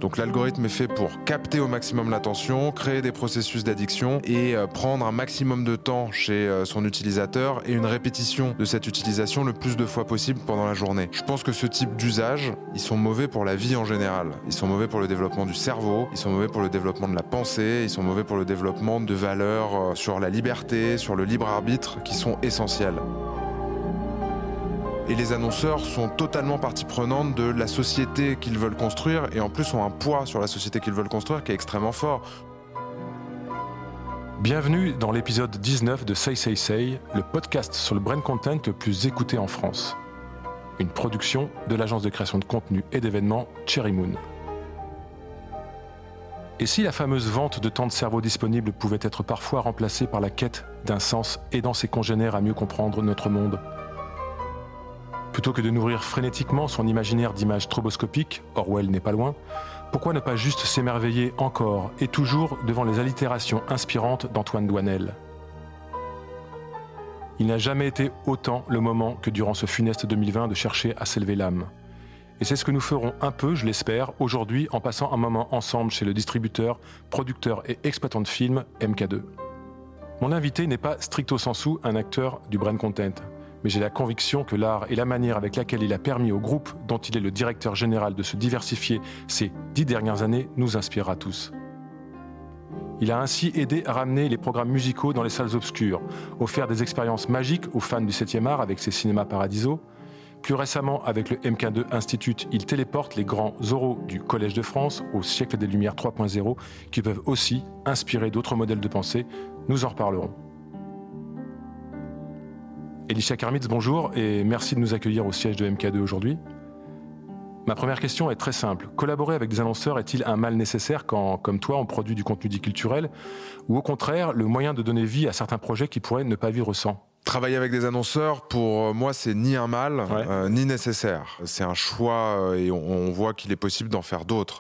Donc l'algorithme est fait pour capter au maximum l'attention, créer des processus d'addiction et prendre un maximum de temps chez son utilisateur et une répétition de cette utilisation le plus de fois possible pendant la journée. Je pense que ce type d'usage, ils sont mauvais pour la vie en général. Ils sont mauvais pour le développement du cerveau, ils sont mauvais pour le développement de la pensée, ils sont mauvais pour le développement de valeurs sur la liberté, sur le libre arbitre qui sont essentielles. Et les annonceurs sont totalement partie prenante de la société qu'ils veulent construire et en plus ont un poids sur la société qu'ils veulent construire qui est extrêmement fort. Bienvenue dans l'épisode 19 de Say Say Say, le podcast sur le brand content le plus écouté en France. Une production de l'agence de création de contenu et d'événements Cherry Moon. Et si la fameuse vente de temps de cerveau disponible pouvait être parfois remplacée par la quête d'un sens aidant ses congénères à mieux comprendre notre monde ? Plutôt que de nourrir frénétiquement son imaginaire d'images stroboscopiques, Orwell n'est pas loin, pourquoi ne pas juste s'émerveiller encore et toujours devant les allitérations inspirantes d'Antoine Doinel ? Il n'a jamais été autant le moment que durant ce funeste 2020 de chercher à s'élever l'âme. Et c'est ce que nous ferons un peu, je l'espère, aujourd'hui en passant un moment ensemble chez le distributeur, producteur et exploitant de films MK2. Mon invité n'est pas stricto sensu un acteur du brand content, mais j'ai la conviction que l'art et la manière avec laquelle il a permis au groupe dont il est le directeur général de se diversifier ces 10 dernières années nous inspirera tous. Il a ainsi aidé à ramener les programmes musicaux dans les salles obscures, offert des expériences magiques aux fans du 7e art avec ses cinémas Paradiso. Plus récemment, avec le MK2 Institute, il téléporte les grands oraux du Collège de France au siècle des Lumières 3.0 qui peuvent aussi inspirer d'autres modèles de pensée. Nous en reparlerons. Elisha Kermitz, bonjour et merci de nous accueillir au siège de MK2 aujourd'hui. Ma première question est très simple. Collaborer avec des annonceurs est-il un mal nécessaire quand, comme toi, on produit du contenu dit culturel ou au contraire, le moyen de donner vie à certains projets qui pourraient ne pas vivre sans ? Travailler avec des annonceurs, pour moi, c'est ni un mal, ni nécessaire. C'est un choix et on voit qu'il est possible d'en faire d'autres.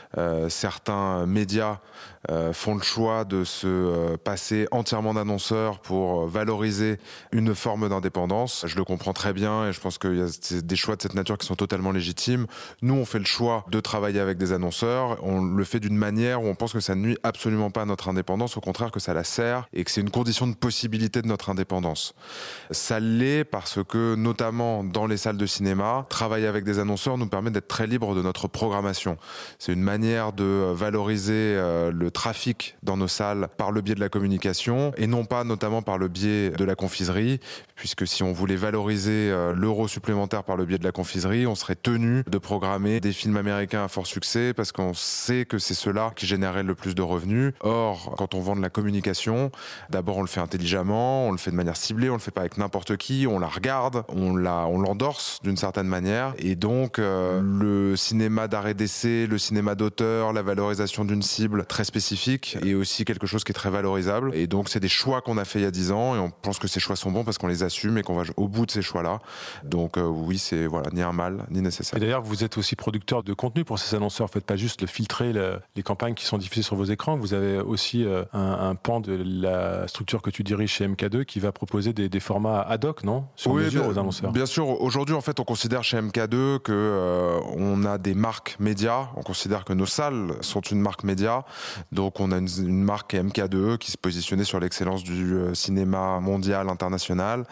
Certains médias font le choix de se passer entièrement d'annonceurs pour valoriser une forme d'indépendance. Je le comprends très bien et je pense qu'il y a des choix de cette nature qui sont totalement légitimes. Nous, on fait le choix de travailler avec des annonceurs. On le fait d'une manière où on pense que ça ne nuit absolument pas à notre indépendance, au contraire que ça la sert et que c'est une condition de possibilité de notre indépendance. Ça l'est parce que, notamment dans les salles de cinéma, travailler avec des annonceurs nous permet d'être très libres de notre programmation. C'est une manière de valoriser le trafic dans nos salles par le biais de la communication et non pas notamment par le biais de la confiserie, puisque si on voulait valoriser l'euro supplémentaire par le biais de la confiserie, on serait tenu de programmer des films américains à fort succès parce qu'on sait que c'est ceux-là qui généreraient le plus de revenus. Or, quand on vend de la communication, d'abord on le fait intelligemment, on le fait de manière ciblée, on le fait pas avec n'importe qui, on la regarde, on l'endorse d'une certaine manière. Et donc, le cinéma d'arrêt d'essai, le cinéma d'auteur, la valorisation d'une cible très spécifique est aussi quelque chose qui est très valorisable. Et donc, c'est des choix qu'on a fait il y a 10 ans et on pense que ces choix sont bons parce qu'on les assume et qu'on va au bout de ces choix-là. Donc, oui, c'est ni un mal, ni nécessaire. Et d'ailleurs, vous êtes aussi producteur de contenu pour ces annonceurs. Vous faites pas juste filtrer les campagnes qui sont diffusées sur vos écrans. Vous avez aussi un pan de la structure que tu diriges chez MK2 qui va proposer des formats ad hoc, non ? Sur mesure aux annonceurs. Bien sûr. Aujourd'hui, en fait, on considère chez MK2 que on a des marques médias. On considère que nos salles sont une marque média. Donc, on a une marque MK2 qui se positionnait sur l'excellence du cinéma mondial, international.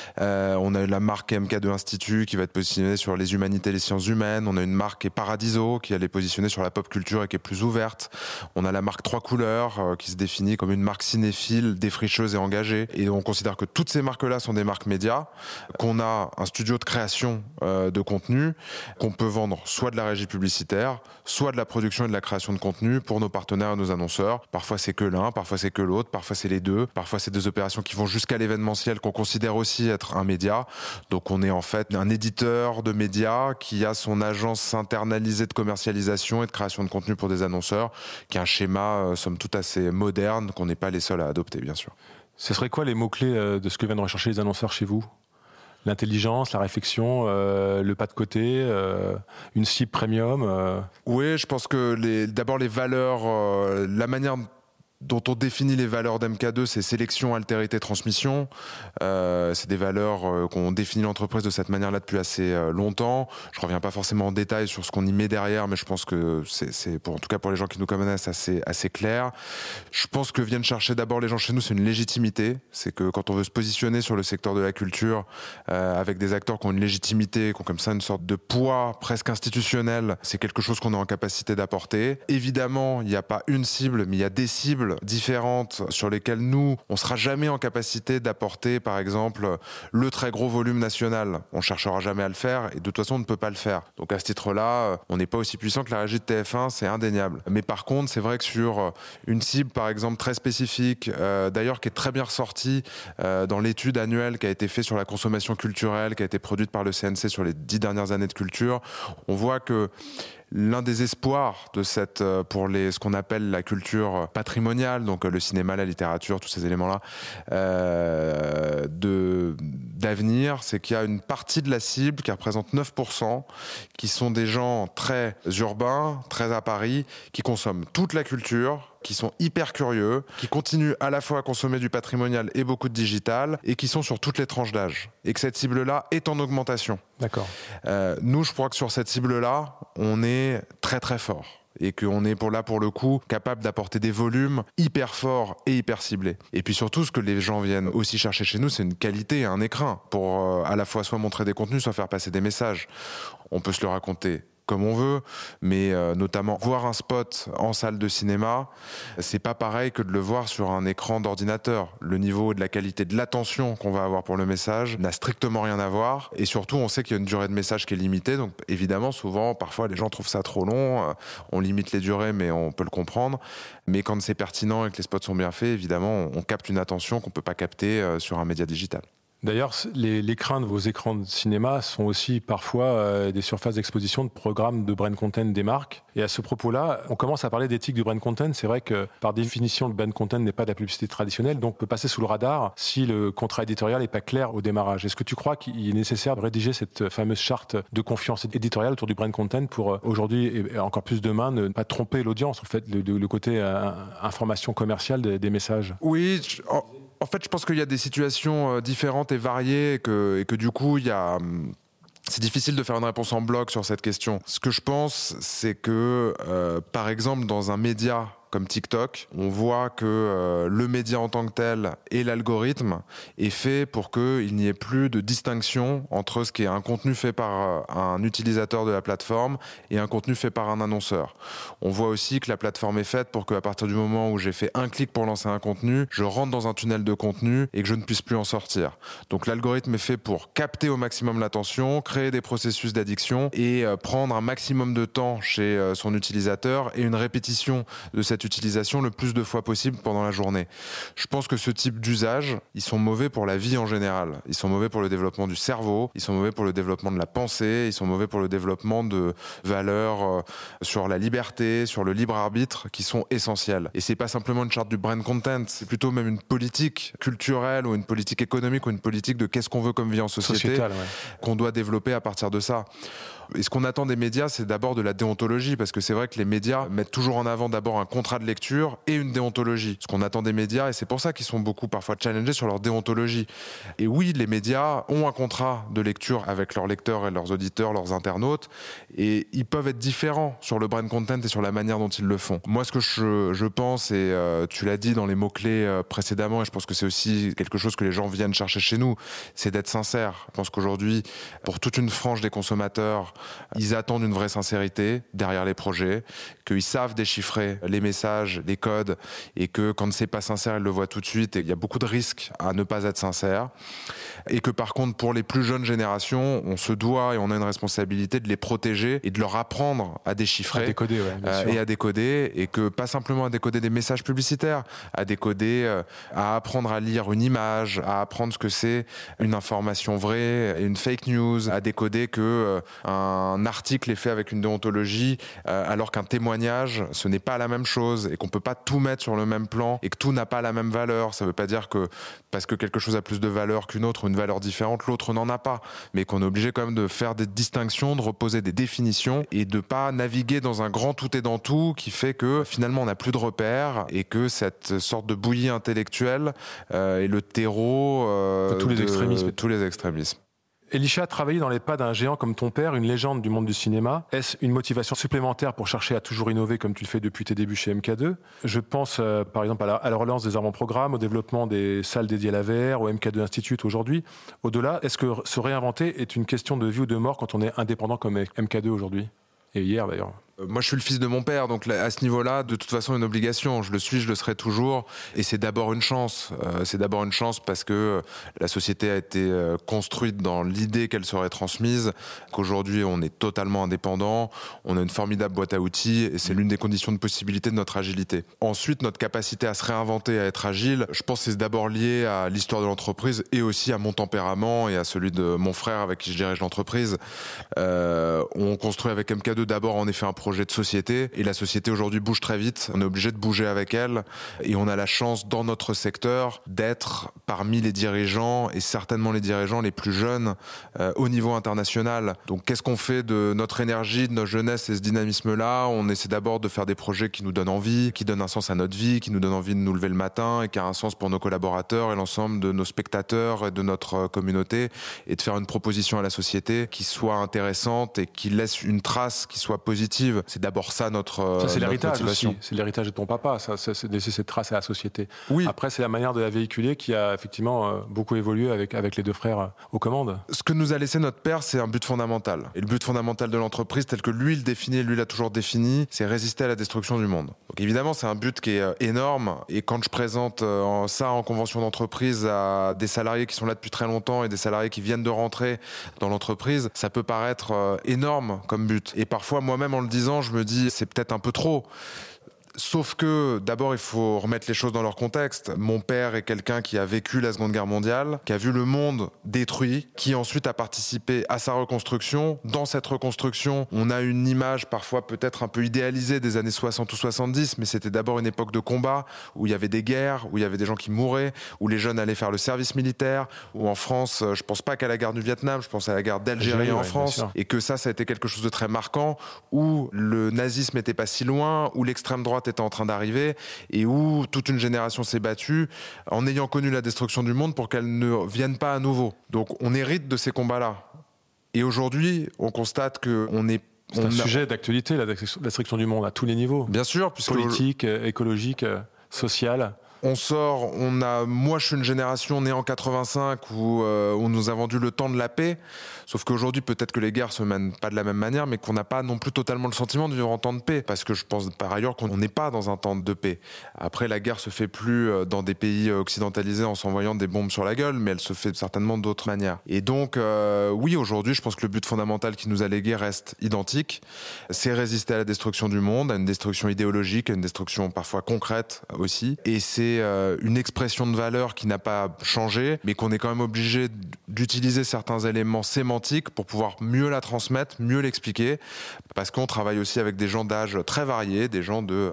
On a la marque MK2 Institut qui va être positionnée sur les humanités et les sciences humaines. On a une marque Paradiso qui allait positionner sur la pop culture et qui est plus ouverte. On a la marque Trois Couleurs qui se définit comme une marque cinéphile, défricheuse et engagée. Et on considère que toutes ces marques-là sont des marques médias, qu'on a un studio de création de contenu, qu'on peut vendre soit de la régie publicitaire, soit de la production et de la création de contenu pour nos partenaires et nos annonceurs. Parfois c'est que l'un, parfois c'est que l'autre, parfois c'est les deux, parfois c'est des opérations qui vont jusqu'à l'événementiel qu'on considère aussi être un média. Donc on est en fait un éditeur de médias qui a son agence internalisée de commercialisation et de création de contenu pour des annonceurs, qui est un schéma somme toute assez moderne qu'on n'est pas les seuls à adopter bien sûr. Ce serait quoi les mots-clés de ce que viennent rechercher les annonceurs chez vous ? L'intelligence, la réflexion, le pas de côté, une cible premium. Oui, je pense que d'abord les valeurs, la manière dont on définit les valeurs d'MK2, c'est sélection, altérité, transmission. C'est des valeurs qu'on définit l'entreprise de cette manière-là depuis assez longtemps. Je reviens pas forcément en détail sur ce qu'on y met derrière, mais je pense que c'est en tout cas pour les gens qui nous connaissent, assez clair. Je pense que viennent chercher d'abord les gens chez nous, c'est une légitimité. C'est que quand on veut se positionner sur le secteur de la culture, avec des acteurs qui ont une légitimité, qui ont comme ça une sorte de poids presque institutionnel, c'est quelque chose qu'on est en capacité d'apporter. Évidemment, il n'y a pas une cible, mais il y a des cibles différentes sur lesquelles nous, on sera jamais en capacité d'apporter, par exemple, le très gros volume national. On cherchera jamais à le faire et de toute façon, on ne peut pas le faire. Donc à ce titre-là, on n'est pas aussi puissant que la régie de TF1, c'est indéniable. Mais par contre, c'est vrai que sur une cible, par exemple, très spécifique, d'ailleurs qui est très bien ressortie dans l'étude annuelle qui a été faite sur la consommation culturelle, qui a été produite par le CNC sur les 10 dernières années de culture, on voit que l'un des espoirs de pour ce qu'on appelle la culture patrimoniale, donc le cinéma, la littérature, tous ces éléments-là, d'avenir, c'est qu'il y a une partie de la cible qui représente 9%, qui sont des gens très urbains, très à Paris, qui consomment toute la culture, qui sont hyper curieux, qui continuent à la fois à consommer du patrimonial et beaucoup de digital, et qui sont sur toutes les tranches d'âge. Et que cette cible-là est en augmentation. D'accord. Nous, je crois que sur cette cible-là, on est très très fort. Et qu'on est pour le coup capable d'apporter des volumes hyper forts et hyper ciblés. Et puis surtout, ce que les gens viennent aussi chercher chez nous, c'est une qualité et un écrin pour à la fois soit montrer des contenus, soit faire passer des messages. On peut se le raconter comme on veut, mais notamment voir un spot en salle de cinéma, c'est pas pareil que de le voir sur un écran d'ordinateur. Le niveau de la qualité de l'attention qu'on va avoir pour le message n'a strictement rien à voir, et surtout on sait qu'il y a une durée de message qui est limitée, donc évidemment souvent, parfois les gens trouvent ça trop long, on limite les durées mais on peut le comprendre, mais quand c'est pertinent et que les spots sont bien faits, évidemment on capte une attention qu'on peut pas capter sur un média digital. D'ailleurs, les craintes de vos écrans de cinéma sont aussi parfois des surfaces d'exposition de programmes de brand content des marques. Et à ce propos-là, on commence à parler d'éthique du brand content. C'est vrai que par définition, le brand content n'est pas de la publicité traditionnelle, donc peut passer sous le radar si le contrat éditorial n'est pas clair au démarrage. Est-ce que tu crois qu'il est nécessaire de rédiger cette fameuse charte de confiance éditoriale autour du brand content pour aujourd'hui et encore plus demain ne pas tromper l'audience, en fait, le côté information commerciale des messages? Oui, en fait, je pense qu'il y a des situations différentes et variées et que du coup, c'est difficile de faire une réponse en bloc sur cette question. Ce que je pense, c'est que, par exemple, dans un média comme TikTok, on voit que le média en tant que tel et l'algorithme est fait pour qu'il n'y ait plus de distinction entre ce qui est un contenu fait par un utilisateur de la plateforme et un contenu fait par un annonceur. On voit aussi que la plateforme est faite pour qu'à partir du moment où j'ai fait un clic pour lancer un contenu, je rentre dans un tunnel de contenu et que je ne puisse plus en sortir. Donc l'algorithme est fait pour capter au maximum l'attention, créer des processus d'addiction et prendre un maximum de temps chez son utilisateur et une répétition de cette utilisation le plus de fois possible pendant la journée. Je pense que ce type d'usage, ils sont mauvais pour la vie en général. Ils sont mauvais pour le développement du cerveau, ils sont mauvais pour le développement de la pensée, ils sont mauvais pour le développement de valeurs sur la liberté, sur le libre arbitre qui sont essentielles. Et c'est pas simplement une charte du brand content, c'est plutôt même une politique culturelle ou une politique économique ou une politique de qu'est-ce qu'on veut comme vie en société qu'on doit développer à partir de ça. Et ce qu'on attend des médias, c'est d'abord de la déontologie, parce que c'est vrai que les médias mettent toujours en avant d'abord un contrat de lecture et une déontologie. Ce qu'on attend des médias, et c'est pour ça qu'ils sont beaucoup parfois challengés sur leur déontologie. Et oui, les médias ont un contrat de lecture avec leurs lecteurs et leurs auditeurs, leurs internautes, et ils peuvent être différents sur le brand content et sur la manière dont ils le font. Moi, ce que je pense, et tu l'as dit dans les mots-clés précédemment, et je pense que c'est aussi quelque chose que les gens viennent chercher chez nous, c'est d'être sincère. Je pense qu'aujourd'hui, pour toute une frange des consommateurs, ils attendent une vraie sincérité derrière les projets, qu'ils savent déchiffrer les messages, les codes, et que quand c'est pas sincère, ils le voient tout de suite, et il y a beaucoup de risques à ne pas être sincère. Et que par contre, pour les plus jeunes générations, on se doit et on a une responsabilité de les protéger et de leur apprendre à déchiffrer, à décoder, et à décoder, et que pas simplement à décoder des messages publicitaires, à décoder, à apprendre à lire une image, à apprendre ce que c'est une information vraie, une fake news, à décoder que un qu'un article est fait avec une déontologie, alors qu'un témoignage, ce n'est pas la même chose et qu'on peut pas tout mettre sur le même plan et que tout n'a pas la même valeur. Ça veut pas dire que parce que quelque chose a plus de valeur qu'une autre, une valeur différente, l'autre n'en a pas. Mais qu'on est obligé quand même de faire des distinctions, de reposer des définitions et de pas naviguer dans un grand tout et dans tout qui fait que finalement on n'a plus de repères et que cette sorte de bouillie intellectuelle est le terreau de tous les extrémismes. Elisha, travailler dans les pas d'un géant comme ton père, une légende du monde du cinéma, est-ce une motivation supplémentaire pour chercher à toujours innover comme tu le fais depuis tes débuts chez MK2 ? Je pense par exemple à la relance des armes en programme, au développement des salles dédiées à la VR, au MK2 Institute aujourd'hui. Au-delà, est-ce que se réinventer est une question de vie ou de mort quand on est indépendant comme MK2 aujourd'hui ? Et hier d'ailleurs. Moi, je suis le fils de mon père, donc à ce niveau-là, de toute façon, une obligation. Je le suis, je le serai toujours. Et c'est d'abord une chance. C'est d'abord une chance parce que la société a été construite dans l'idée qu'elle serait transmise, qu'aujourd'hui, on est totalement indépendant, on a une formidable boîte à outils et c'est l'une des conditions de possibilité de notre agilité. Ensuite, notre capacité à se réinventer, à être agile, je pense que c'est d'abord lié à l'histoire de l'entreprise et aussi à mon tempérament et à celui de mon frère avec qui je dirige l'entreprise. On construit avec MK2 d'abord, en effet, un projet de société et la société aujourd'hui bouge très vite, on est obligé de bouger avec elle et on a la chance dans notre secteur d'être parmi les dirigeants et certainement les dirigeants les plus jeunes au niveau international. Donc qu'est-ce qu'on fait de notre énergie, de notre jeunesse et ce dynamisme-là ? On essaie d'abord de faire des projets qui nous donnent envie, qui donnent un sens à notre vie, qui nous donnent envie de nous lever le matin et qui a un sens pour nos collaborateurs et l'ensemble de nos spectateurs et de notre communauté et de faire une proposition à la société qui soit intéressante et qui laisse une trace qui soit positive. C'est d'abord ça notre c'est l'héritage motivation. aussi. C'est l'héritage de ton papa, ça, c'est de laisser cette trace à la société. Oui. Après, c'est la manière de la véhiculer qui a effectivement beaucoup évolué avec les deux frères aux commandes. Ce que nous a laissé notre père, c'est un but fondamental. Et le but fondamental de l'entreprise, tel que lui le définit, lui l'a toujours défini, c'est résister à la destruction du monde. Donc évidemment, c'est un but qui est énorme. Et quand je présente ça en convention d'entreprise à des salariés qui sont là depuis très longtemps et des salariés qui viennent de rentrer dans l'entreprise, ça peut paraître énorme comme but. Et parfois, moi-même, en le disant, je me dis c'est peut-être un peu trop. Sauf que, d'abord, il faut remettre les choses dans leur contexte. Mon père est quelqu'un qui a vécu la Seconde Guerre mondiale, qui a vu le monde détruit, qui ensuite a participé à sa reconstruction. Dans cette reconstruction, on a une image parfois peut-être un peu idéalisée des années 60 ou 70, mais c'était d'abord une époque de combat, où il y avait des guerres, où il y avait des gens qui mouraient, où les jeunes allaient faire le service militaire, où en France, je pense pas qu'à la guerre du Vietnam, je pense à la guerre d'Algérie en France, et que ça a été quelque chose de très marquant, où le nazisme n'était pas si loin, où l'extrême droite était en train d'arriver et où toute une génération s'est battue en ayant connu la destruction du monde pour qu'elle ne vienne pas à nouveau. Donc on hérite de ces combats-là. Et aujourd'hui, on constate qu'on est... C'est un sujet d'actualité, la destruction du monde à tous les niveaux. Bien sûr. Puisque politique, écologique, social. On sort, moi je suis une génération née en 85 où on nous a vendu le temps de la paix, sauf qu'aujourd'hui peut-être que les guerres se mènent pas de la même manière, mais qu'on n'a pas non plus totalement le sentiment de vivre en temps de paix, parce que je pense par ailleurs qu'on n'est pas dans un temps de paix. Après, la guerre se fait plus dans des pays occidentalisés en s'envoyant des bombes sur la gueule, mais elle se fait certainement d'autres manières. Et donc oui, aujourd'hui je pense que le but fondamental qui nous a légué reste identique, c'est résister à la destruction du monde, à une destruction idéologique, à une destruction parfois concrète aussi, et c'est une expression de valeur qui n'a pas changé, mais qu'on est quand même obligé d'utiliser certains éléments sémantiques pour pouvoir mieux la transmettre, mieux l'expliquer, parce qu'on travaille aussi avec des gens d'âge très variés, des gens de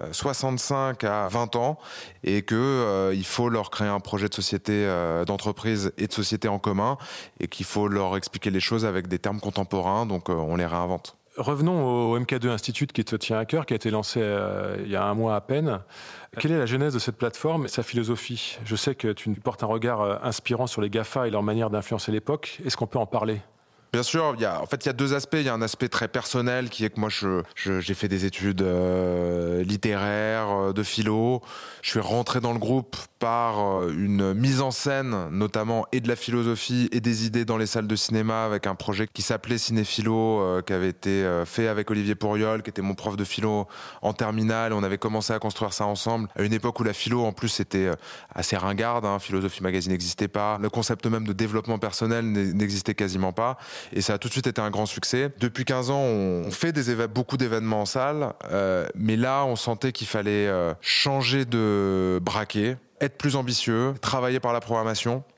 65 à 20 ans, et qu'il faut leur créer un projet de société, d'entreprise et de société en commun, et qu'il faut leur expliquer les choses avec des termes contemporains, donc on les réinvente. Revenons au MK2 Institute qui te tient à cœur, qui a été lancé il y a un mois à peine. Quelle est la genèse de cette plateforme et sa philosophie ? Je sais que tu portes un regard inspirant sur les GAFA et leur manière d'influencer l'époque. Est-ce qu'on peut en parler ? Bien sûr, il y a deux aspects. Il y a un aspect très personnel qui est que moi, j'ai fait des études littéraires, de philo. Je suis rentré dans le groupe par une mise en scène, notamment, et de la philosophie et des idées dans les salles de cinéma avec un projet qui s'appelait Cinéphilo, qui avait été fait avec Olivier Pourriol, qui était mon prof de philo en terminale. On avait commencé à construire ça ensemble à une époque où la philo, en plus, était assez ringarde. Philosophie Magazine n'existait pas. Le concept même de développement personnel n'existait quasiment pas. Et ça a tout de suite été un grand succès. Depuis 15 ans, on fait beaucoup d'événements en salle, mais là, on sentait qu'il fallait changer de braquet, être plus ambitieux, travailler par la programmation.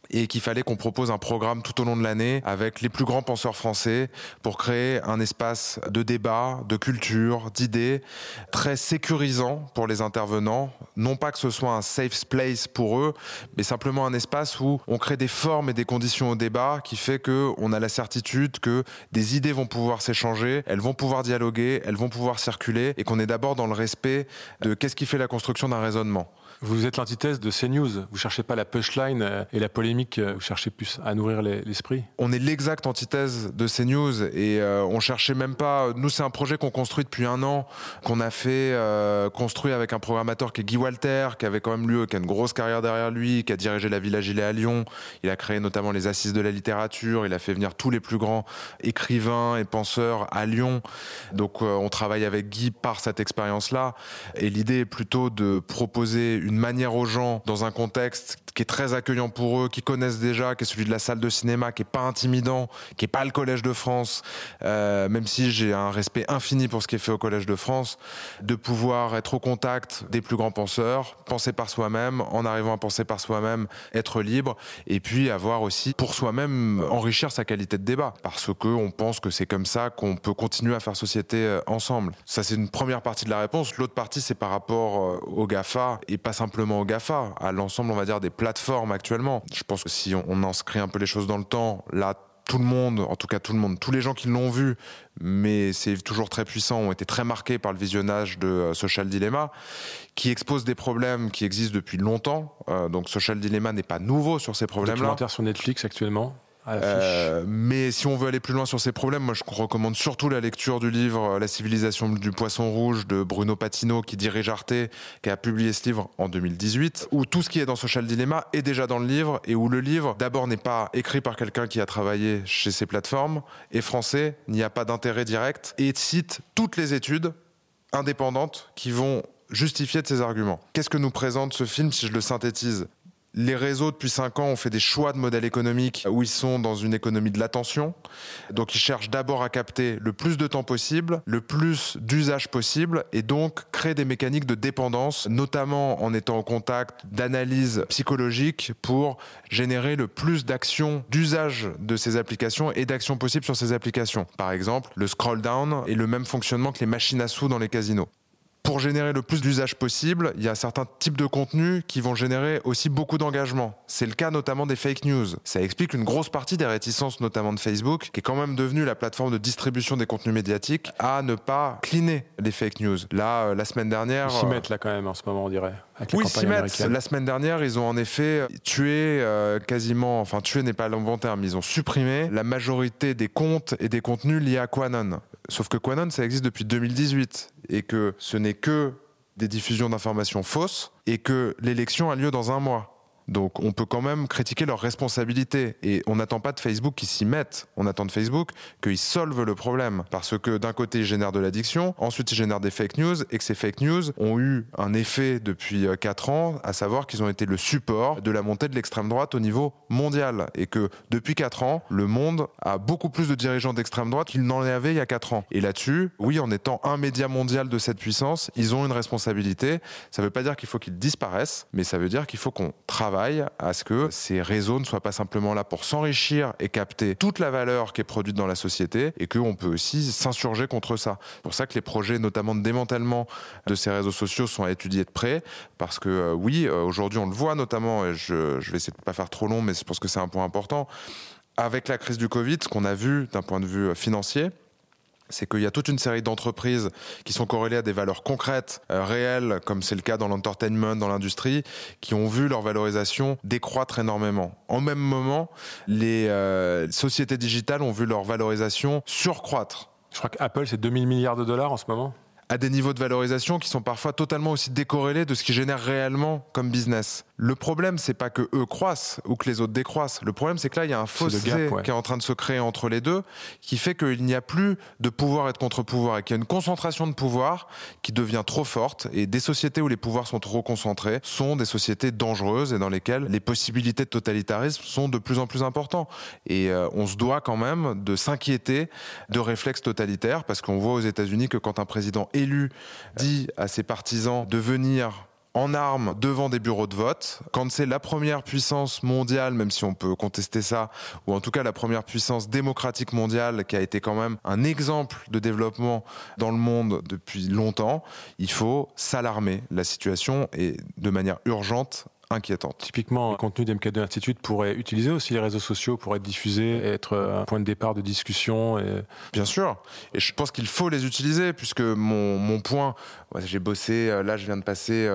et qu'il fallait qu'on propose un programme tout au long de l'année avec les plus grands penseurs français pour créer un espace de débat, de culture, d'idées, très sécurisant pour les intervenants. Non pas que ce soit un safe place pour eux, mais simplement un espace où on crée des formes et des conditions au débat qui fait qu'on a la certitude que des idées vont pouvoir s'échanger, elles vont pouvoir dialoguer, elles vont pouvoir circuler et qu'on est d'abord dans le respect de qu'est-ce qui fait la construction d'un raisonnement. Vous êtes l'antithèse de CNews. Vous ne cherchez pas la punchline et la polémique, vous cherchez plus à nourrir l'esprit. On est l'exacte antithèse de CNews et on cherchait même pas... Nous, c'est un projet qu'on construit depuis 1 an, qu'on a fait construit avec un programmateur qui est Guy Walter, qui avait quand même qui a une grosse carrière derrière lui, qui a dirigé la Villa Gilet à Lyon. Il a créé notamment les Assises de la littérature. Il a fait venir tous les plus grands écrivains et penseurs à Lyon. Donc on travaille avec Guy par cette expérience-là. Et l'idée est plutôt de proposer une manière aux gens, dans un contexte qui est très accueillant pour eux, qui connaissent déjà, qui est celui de la salle de cinéma, qui est pas intimidant, qui est pas le Collège de France, même si j'ai un respect infini pour ce qui est fait au Collège de France, de pouvoir être au contact des plus grands penseurs, penser par soi-même, en arrivant à penser par soi-même, être libre, et puis avoir aussi pour soi-même enrichir sa qualité de débat, parce que on pense que c'est comme ça qu'on peut continuer à faire société ensemble. Ça, c'est une première partie de la réponse. L'autre partie, c'est par rapport aux GAFA, et pas simplement aux GAFA, à l'ensemble, on va dire, des plateformes actuellement. Je pense que si on inscrit un peu les choses dans le temps, là, tout le monde, en tout cas tout le monde, tous les gens qui l'ont vu, mais c'est toujours très puissant, ont été très marqués par le visionnage de Social Dilemma, qui expose des problèmes qui existent depuis longtemps. Donc Social Dilemma n'est pas nouveau sur ces problèmes-là. Documentaire sur Netflix actuellement. Mais si on veut aller plus loin sur ces problèmes, moi je recommande surtout la lecture du livre La civilisation du poisson rouge de Bruno Patino, qui dirige Arte, qui a publié ce livre en 2018, où tout ce qui est dans Social Dilemma est déjà dans le livre, et où le livre d'abord n'est pas écrit par quelqu'un qui a travaillé chez ces plateformes, est français, n'y a pas d'intérêt direct, et cite toutes les études indépendantes qui vont justifier de ces arguments. Qu'est-ce que nous présente ce film si je le synthétise ? Les réseaux, depuis 5 ans, ont fait des choix de modèle économique où ils sont dans une économie de l'attention. Donc, ils cherchent d'abord à capter le plus de temps possible, le plus d'usages possible, et donc créer des mécaniques de dépendance, notamment en étant au contact d'analyses psychologiques pour générer le plus d'actions, d'usage de ces applications et d'actions possibles sur ces applications. Par exemple, le scroll down est le même fonctionnement que les machines à sous dans les casinos. Pour générer le plus d'usages possible, il y a certains types de contenus qui vont générer aussi beaucoup d'engagement. C'est le cas notamment des fake news. Ça explique une grosse partie des réticences, notamment de Facebook, qui est quand même devenue la plateforme de distribution des contenus médiatiques, à ne pas cleaner les fake news. Là, la semaine dernière... Ils s'y mettent là quand même en ce moment, on dirait. Oui, ils s'y mettent. La semaine dernière, ils ont en effet tué quasiment... Enfin, tué n'est pas le bon terme. Ils ont supprimé la majorité des comptes et des contenus liés à QAnon. Sauf que QAnon, ça existe depuis 2018 et que ce n'est que des diffusions d'informations fausses et que l'élection a lieu dans 1 mois. Donc on peut quand même critiquer leur responsabilité. Et on n'attend pas de Facebook qu'ils s'y mettent. On attend de Facebook qu'ils solvent le problème. Parce que d'un côté, ils génèrent de l'addiction, ensuite ils génèrent des fake news, et que ces fake news ont eu un effet depuis 4 ans, à savoir qu'ils ont été le support de la montée de l'extrême droite au niveau mondial. Et que depuis 4 ans, le monde a beaucoup plus de dirigeants d'extrême droite qu'il n'en avait il y a 4 ans. Et là-dessus, oui, en étant un média mondial de cette puissance, ils ont une responsabilité. Ça ne veut pas dire qu'il faut qu'ils disparaissent, mais ça veut dire qu'il faut qu'on travaille à ce que ces réseaux ne soient pas simplement là pour s'enrichir et capter toute la valeur qui est produite dans la société, et qu'on peut aussi s'insurger contre ça. C'est pour ça que les projets, notamment de démantèlement de ces réseaux sociaux, sont à étudier de près, parce que oui, aujourd'hui on le voit notamment, et je vais essayer de ne pas faire trop long, mais je pense que c'est un point important, avec la crise du Covid, ce qu'on a vu d'un point de vue financier, c'est qu'il y a toute une série d'entreprises qui sont corrélées à des valeurs concrètes, réelles, comme c'est le cas dans l'entertainment, dans l'industrie, qui ont vu leur valorisation décroître énormément. En même moment, les sociétés digitales ont vu leur valorisation surcroître. Je crois qu'Apple, c'est 2000 milliards de dollars en ce moment. À des niveaux de valorisation qui sont parfois totalement aussi décorrélés de ce qu'ils génèrent réellement comme business. Le problème, c'est pas que eux croissent ou que les autres décroissent. Le problème, c'est que là, il y a un fossé qui est en train de se créer entre les deux, qui fait qu'il n'y a plus de pouvoir et de contre-pouvoir, et qu'il y a une concentration de pouvoir qui devient trop forte, et des sociétés où les pouvoirs sont trop concentrés sont des sociétés dangereuses et dans lesquelles les possibilités de totalitarisme sont de plus en plus importantes. Et on se doit quand même de s'inquiéter de réflexes totalitaires, parce qu'on voit aux États-Unis que quand un président élu dit à ses partisans de venir en armes devant des bureaux de vote. Quand c'est la première puissance mondiale, même si on peut contester ça, ou en tout cas la première puissance démocratique mondiale qui a été quand même un exemple de développement dans le monde depuis longtemps, il faut s'alarmer. La situation est de manière urgente inquiétante. Typiquement, le contenu d'MK2 Institute pourrait utiliser aussi les réseaux sociaux pour être diffusé, être un point de départ de discussion. Bien sûr, et je pense qu'il faut les utiliser, puisque mon point, j'ai bossé, là je viens de passer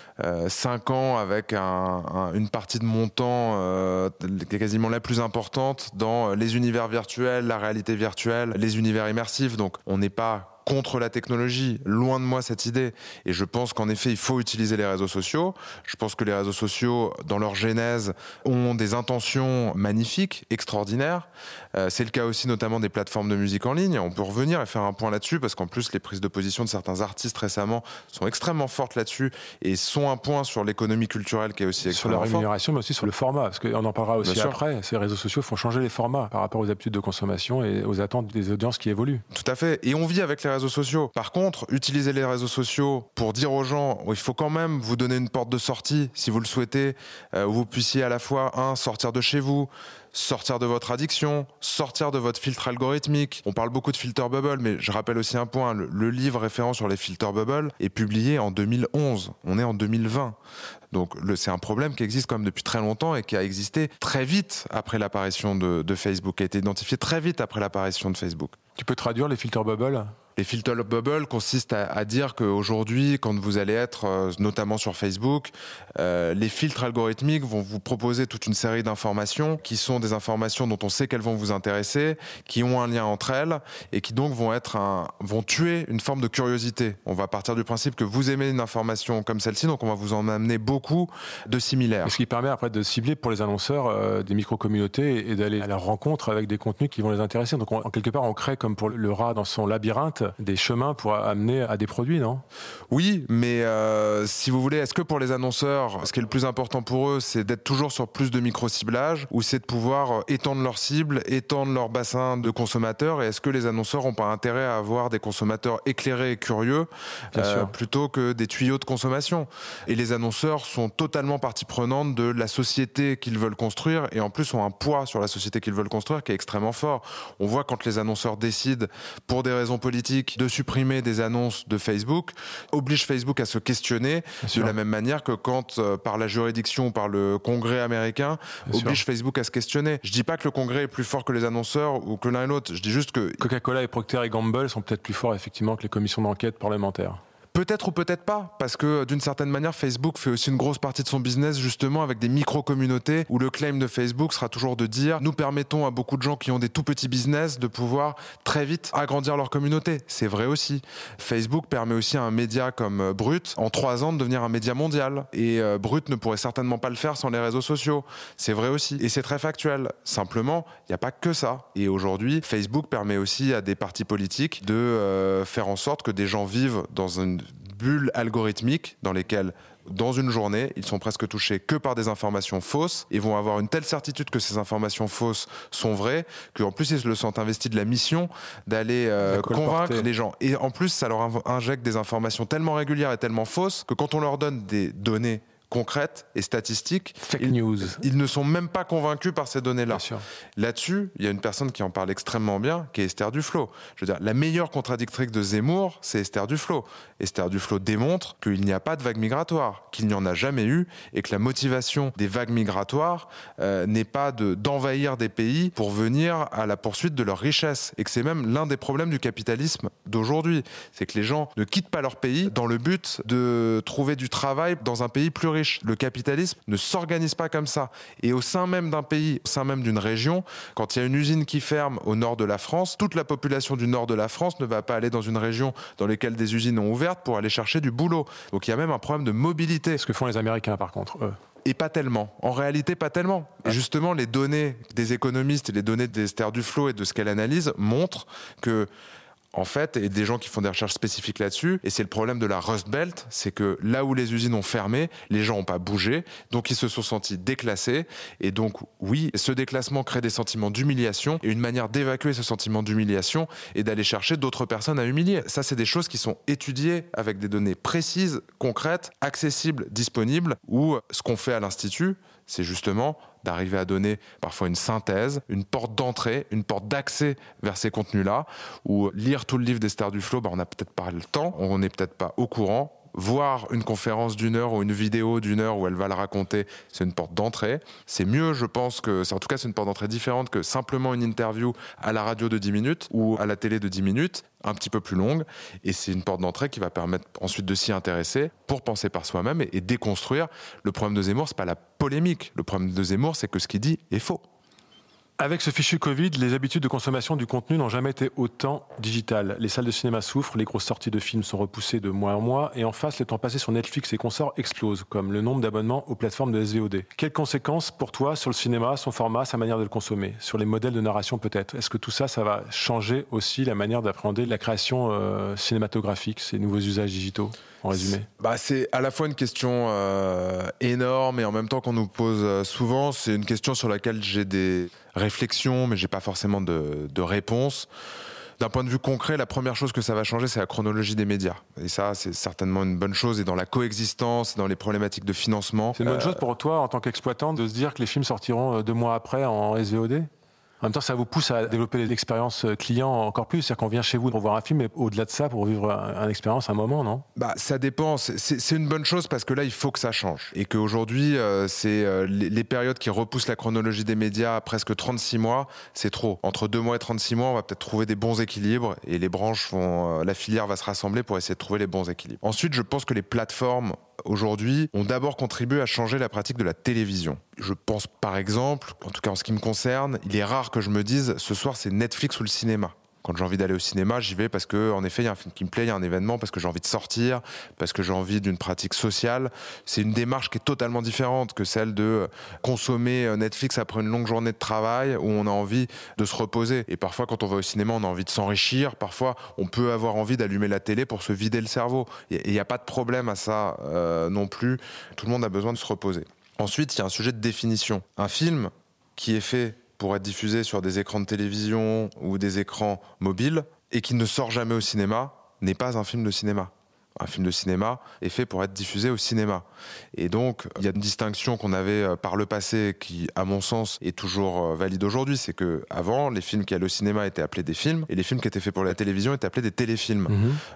5 ans avec une partie de mon temps qui est quasiment la plus importante dans les univers virtuels, la réalité virtuelle, les univers immersifs, donc on n'est pas contre la technologie, loin de moi cette idée. Et je pense qu'en effet, il faut utiliser les réseaux sociaux. Je pense que les réseaux sociaux, dans leur genèse, ont des intentions magnifiques, extraordinaires. C'est le cas aussi notamment des plateformes de musique en ligne. On peut revenir et faire un point là-dessus, parce qu'en plus, les prises de position de certains artistes récemment sont extrêmement fortes là-dessus et sont un point sur l'économie culturelle qui est aussi extrêmement forte. Sur la rémunération, mais aussi sur le format, parce qu'on en parlera aussi après. Ces réseaux sociaux font changer les formats par rapport aux habitudes de consommation et aux attentes des audiences qui évoluent. Tout à fait. Et on vit avec les réseaux sociaux. Par contre, utilisez les réseaux sociaux pour dire aux gens, il faut quand même vous donner une porte de sortie, si vous le souhaitez, où vous puissiez à la fois, sortir de chez vous, sortir de votre addiction, sortir de votre filtre algorithmique. On parle beaucoup de filter bubble, mais je rappelle aussi un point, le livre référent sur les filter bubble est publié en 2011. On est en 2020. Donc c'est un problème qui existe quand même depuis très longtemps et qui a existé très vite après l'apparition de Facebook, qui a été identifié très vite après l'apparition de Facebook. Tu peux traduire les filter bubble ? Les filter bubble consistent à dire qu'aujourd'hui, quand vous allez être, notamment sur Facebook, les filtres algorithmiques vont vous proposer toute une série d'informations qui sont des informations dont on sait qu'elles vont vous intéresser, qui ont un lien entre elles et qui donc vont tuer une forme de curiosité. On va partir du principe que vous aimez une information comme celle-ci, donc on va vous en amener beaucoup de similaires. Ce qui permet après de cibler pour les annonceurs des micro-communautés et d'aller à la rencontre avec des contenus qui vont les intéresser. Donc en quelque part, on crée comme pour le rat dans son labyrinthe des chemins pour amener à des produits, non ? Oui, mais si vous voulez, est-ce que pour les annonceurs, ce qui est le plus important pour eux, c'est d'être toujours sur plus de micro-ciblage ou c'est de pouvoir étendre leur cible, étendre leur bassin de consommateurs, et est-ce que les annonceurs n'ont pas intérêt à avoir des consommateurs éclairés et curieux plutôt que des tuyaux de consommation ? Et les annonceurs sont totalement partie prenante de la société qu'ils veulent construire et en plus ont un poids sur la société qu'ils veulent construire qui est extrêmement fort. On voit quand les annonceurs décident, pour des raisons politiques, de supprimer des annonces de Facebook, oblige Facebook à se questionner de la même manière que quand, par la juridiction ou par le Congrès américain, oblige Facebook à se questionner. Je dis pas que le Congrès est plus fort que les annonceurs ou que l'un et l'autre, je dis juste que... Coca-Cola et Procter & Gamble sont peut-être plus forts effectivement que les commissions d'enquête parlementaires. Peut-être ou peut-être pas, parce que d'une certaine manière, Facebook fait aussi une grosse partie de son business justement avec des micro-communautés où le claim de Facebook sera toujours de dire « Nous permettons à beaucoup de gens qui ont des tout petits business de pouvoir très vite agrandir leur communauté ». C'est vrai aussi. Facebook permet aussi à un média comme Brut, en 3 ans, de devenir un média mondial. Et Brut ne pourrait certainement pas le faire sans les réseaux sociaux. C'est vrai aussi. Et c'est très factuel. Simplement, il n'y a pas que ça. Et aujourd'hui, Facebook permet aussi à des partis politiques de faire en sorte que des gens vivent dans une bulle algorithmique dans lesquelles, dans une journée, ils sont presque touchés que par des informations fausses et vont avoir une telle certitude que ces informations fausses sont vraies qu'en plus ils se le sentent investi de la mission d'aller convaincre les gens. Et en plus, ça leur injecte des informations tellement régulières et tellement fausses que quand on leur donne des données concrètes et statistiques, ils ne sont même pas convaincus par ces données-là. Là-dessus, il y a une personne qui en parle extrêmement bien, qui est Esther Duflo. Je veux dire, la meilleure contradictrice de Zemmour, c'est Esther Duflo. Esther Duflo démontre qu'il n'y a pas de vague migratoire, qu'il n'y en a jamais eu, et que la motivation des vagues migratoires n'est pas d'envahir des pays pour venir à la poursuite de leur richesse, et que c'est même l'un des problèmes du capitalisme d'aujourd'hui. C'est que les gens ne quittent pas leur pays dans le but de trouver du travail dans un pays plus riche. Le capitalisme ne s'organise pas comme ça. Et au sein même d'un pays, au sein même d'une région, quand il y a une usine qui ferme au nord de la France, toute la population du nord de la France ne va pas aller dans une région dans laquelle des usines ont ouvert pour aller chercher du boulot. Donc il y a même un problème de mobilité. Ce que font les Américains par contre, eux. Et pas tellement. En réalité, pas tellement. Et justement, les données des économistes et les données d'Esther Duflo et de ce qu'elle analyse montrent que en fait, et des gens qui font des recherches spécifiques là-dessus. Et c'est le problème de la Rust Belt, c'est que là où les usines ont fermé, les gens n'ont pas bougé, donc ils se sont sentis déclassés. Et donc, oui, ce déclassement crée des sentiments d'humiliation. Et une manière d'évacuer ce sentiment d'humiliation est d'aller chercher d'autres personnes à humilier. Ça, c'est des choses qui sont étudiées avec des données précises, concrètes, accessibles, disponibles, où ce qu'on fait à l'Institut, c'est justement d'arriver à donner parfois une synthèse, une porte d'entrée, une porte d'accès vers ces contenus-là, où lire tout le livre d'Esther Duflo, on n'a peut-être pas le temps, on n'est peut-être pas au courant. Voir une conférence d'1 heure ou une vidéo d'1 heure où elle va le raconter, c'est une porte d'entrée. C'est mieux, je pense, en tout cas, c'est une porte d'entrée différente que simplement une interview à la radio de 10 minutes ou à la télé de 10 minutes, un petit peu plus longue. Et c'est une porte d'entrée qui va permettre ensuite de s'y intéresser pour penser par soi-même et déconstruire. Le problème de Zemmour, c'est pas la polémique. Le problème de Zemmour, c'est que ce qu'il dit est faux. Avec ce fichu Covid, les habitudes de consommation du contenu n'ont jamais été autant digitales. Les salles de cinéma souffrent, les grosses sorties de films sont repoussées de mois en mois, et en face, le temps passé sur Netflix et consorts explose, comme le nombre d'abonnements aux plateformes de SVOD. Quelles conséquences pour toi sur le cinéma, son format, sa manière de le consommer? Sur les modèles de narration peut-être? Est-ce que tout ça, ça va changer aussi la manière d'appréhender la création cinématographique, ces nouveaux usages digitaux? En résumé. C'est à la fois une question énorme et en même temps qu'on nous pose souvent, c'est une question sur laquelle j'ai des réflexions, mais j'ai pas forcément de réponse. D'un point de vue concret, la première chose que ça va changer, c'est la chronologie des médias. Et ça, c'est certainement une bonne chose. Et dans la coexistence, dans les problématiques de financement. C'est une bonne chose pour toi, en tant qu'exploitant, de se dire que les films sortiront 2 mois après en SVOD? En même temps, ça vous pousse à développer l'expérience client encore plus. C'est-à-dire qu'on vient chez vous pour voir un film, mais au-delà de ça, pour vivre une expérience, un moment, non? Ça dépend. C'est une bonne chose parce que là, il faut que ça change. Et qu'aujourd'hui, c'est les périodes qui repoussent la chronologie des médias à presque 36 mois, c'est trop. Entre 2 mois et 36 mois, on va peut-être trouver des bons équilibres et les branches la filière va se rassembler pour essayer de trouver les bons équilibres. Ensuite, je pense que les plateformes aujourd'hui ont d'abord contribué à changer la pratique de la télévision. Je pense par exemple, en tout cas en ce qui me concerne, il est rare que je me dise ce soir c'est Netflix ou le cinéma. Quand j'ai envie d'aller au cinéma, j'y vais parce que, en effet, il y a un film qui me plaît, il y a un événement, parce que j'ai envie de sortir, parce que j'ai envie d'une pratique sociale. C'est une démarche qui est totalement différente que celle de consommer Netflix après une longue journée de travail où on a envie de se reposer. Et parfois, quand on va au cinéma, on a envie de s'enrichir. Parfois, on peut avoir envie d'allumer la télé pour se vider le cerveau. Et il n'y a pas de problème à ça non plus. Tout le monde a besoin de se reposer. Ensuite, il y a un sujet de définition. Un film qui est fait pour être diffusé sur des écrans de télévision ou des écrans mobiles et qui ne sort jamais au cinéma n'est pas un film de cinéma. Un film de cinéma est fait pour être diffusé au cinéma. Et donc, il y a une distinction qu'on avait par le passé qui, à mon sens, est toujours valide aujourd'hui. C'est qu'avant, les films qui allaient au cinéma étaient appelés des films et les films qui étaient faits pour la télévision étaient appelés des téléfilms.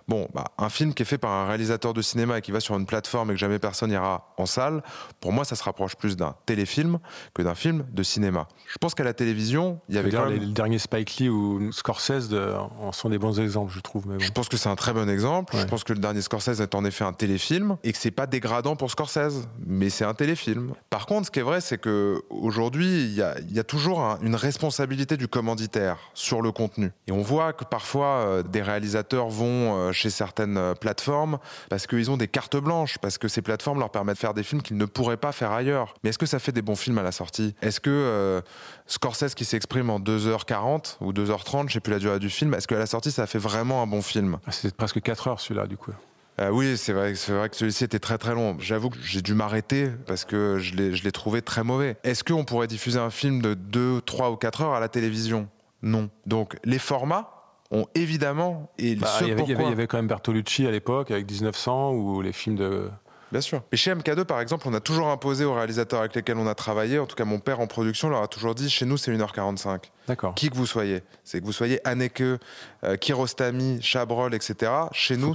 Un film qui est fait par un réalisateur de cinéma et qui va sur une plateforme et que jamais personne ira en salle, pour moi, ça se rapproche plus d'un téléfilm que d'un film de cinéma. Je pense qu'à la télévision, il y avait quand même... Les derniers Spike Lee ou Scorsese en sont des bons exemples, je trouve. Mais bon. Je pense que c'est un très bon exemple. Ouais. Je pense que le dernier Scorsese est en effet un téléfilm et que c'est pas dégradant pour Scorsese, mais c'est un téléfilm. Par contre, ce qui est vrai, c'est que aujourd'hui, il y a toujours une responsabilité du commanditaire sur le contenu. Et on voit que parfois, des réalisateurs vont chez certaines plateformes parce qu'ils ont des cartes blanches, parce que ces plateformes leur permettent de faire des films qu'ils ne pourraient pas faire ailleurs. Mais est-ce que ça fait des bons films à la sortie? Est-ce que Scorsese qui s'exprime en 2h40 ou 2h30, je sais plus la durée du film, est-ce qu'à la sortie, ça fait vraiment un bon film? C'est presque 4 heures celui-là, du coup. Oui, c'est vrai que celui-ci était très très long. J'avoue que j'ai dû m'arrêter parce que je l'ai trouvé très mauvais. Est-ce qu'on pourrait diffuser un film de 2, 3 ou 4 heures à la télévision? Non. Donc les formats ont évidemment... Il y avait quand même Bertolucci à l'époque avec 1900 ou les films de... Bien sûr. Et chez MK2, par exemple, on a toujours imposé aux réalisateurs avec lesquels on a travaillé, en tout cas mon père en production leur a toujours dit, chez nous c'est 1h45. D'accord. Qui que vous soyez. C'est que vous soyez Haneke, Kiarostami, Chabrol, etc. Chez nous,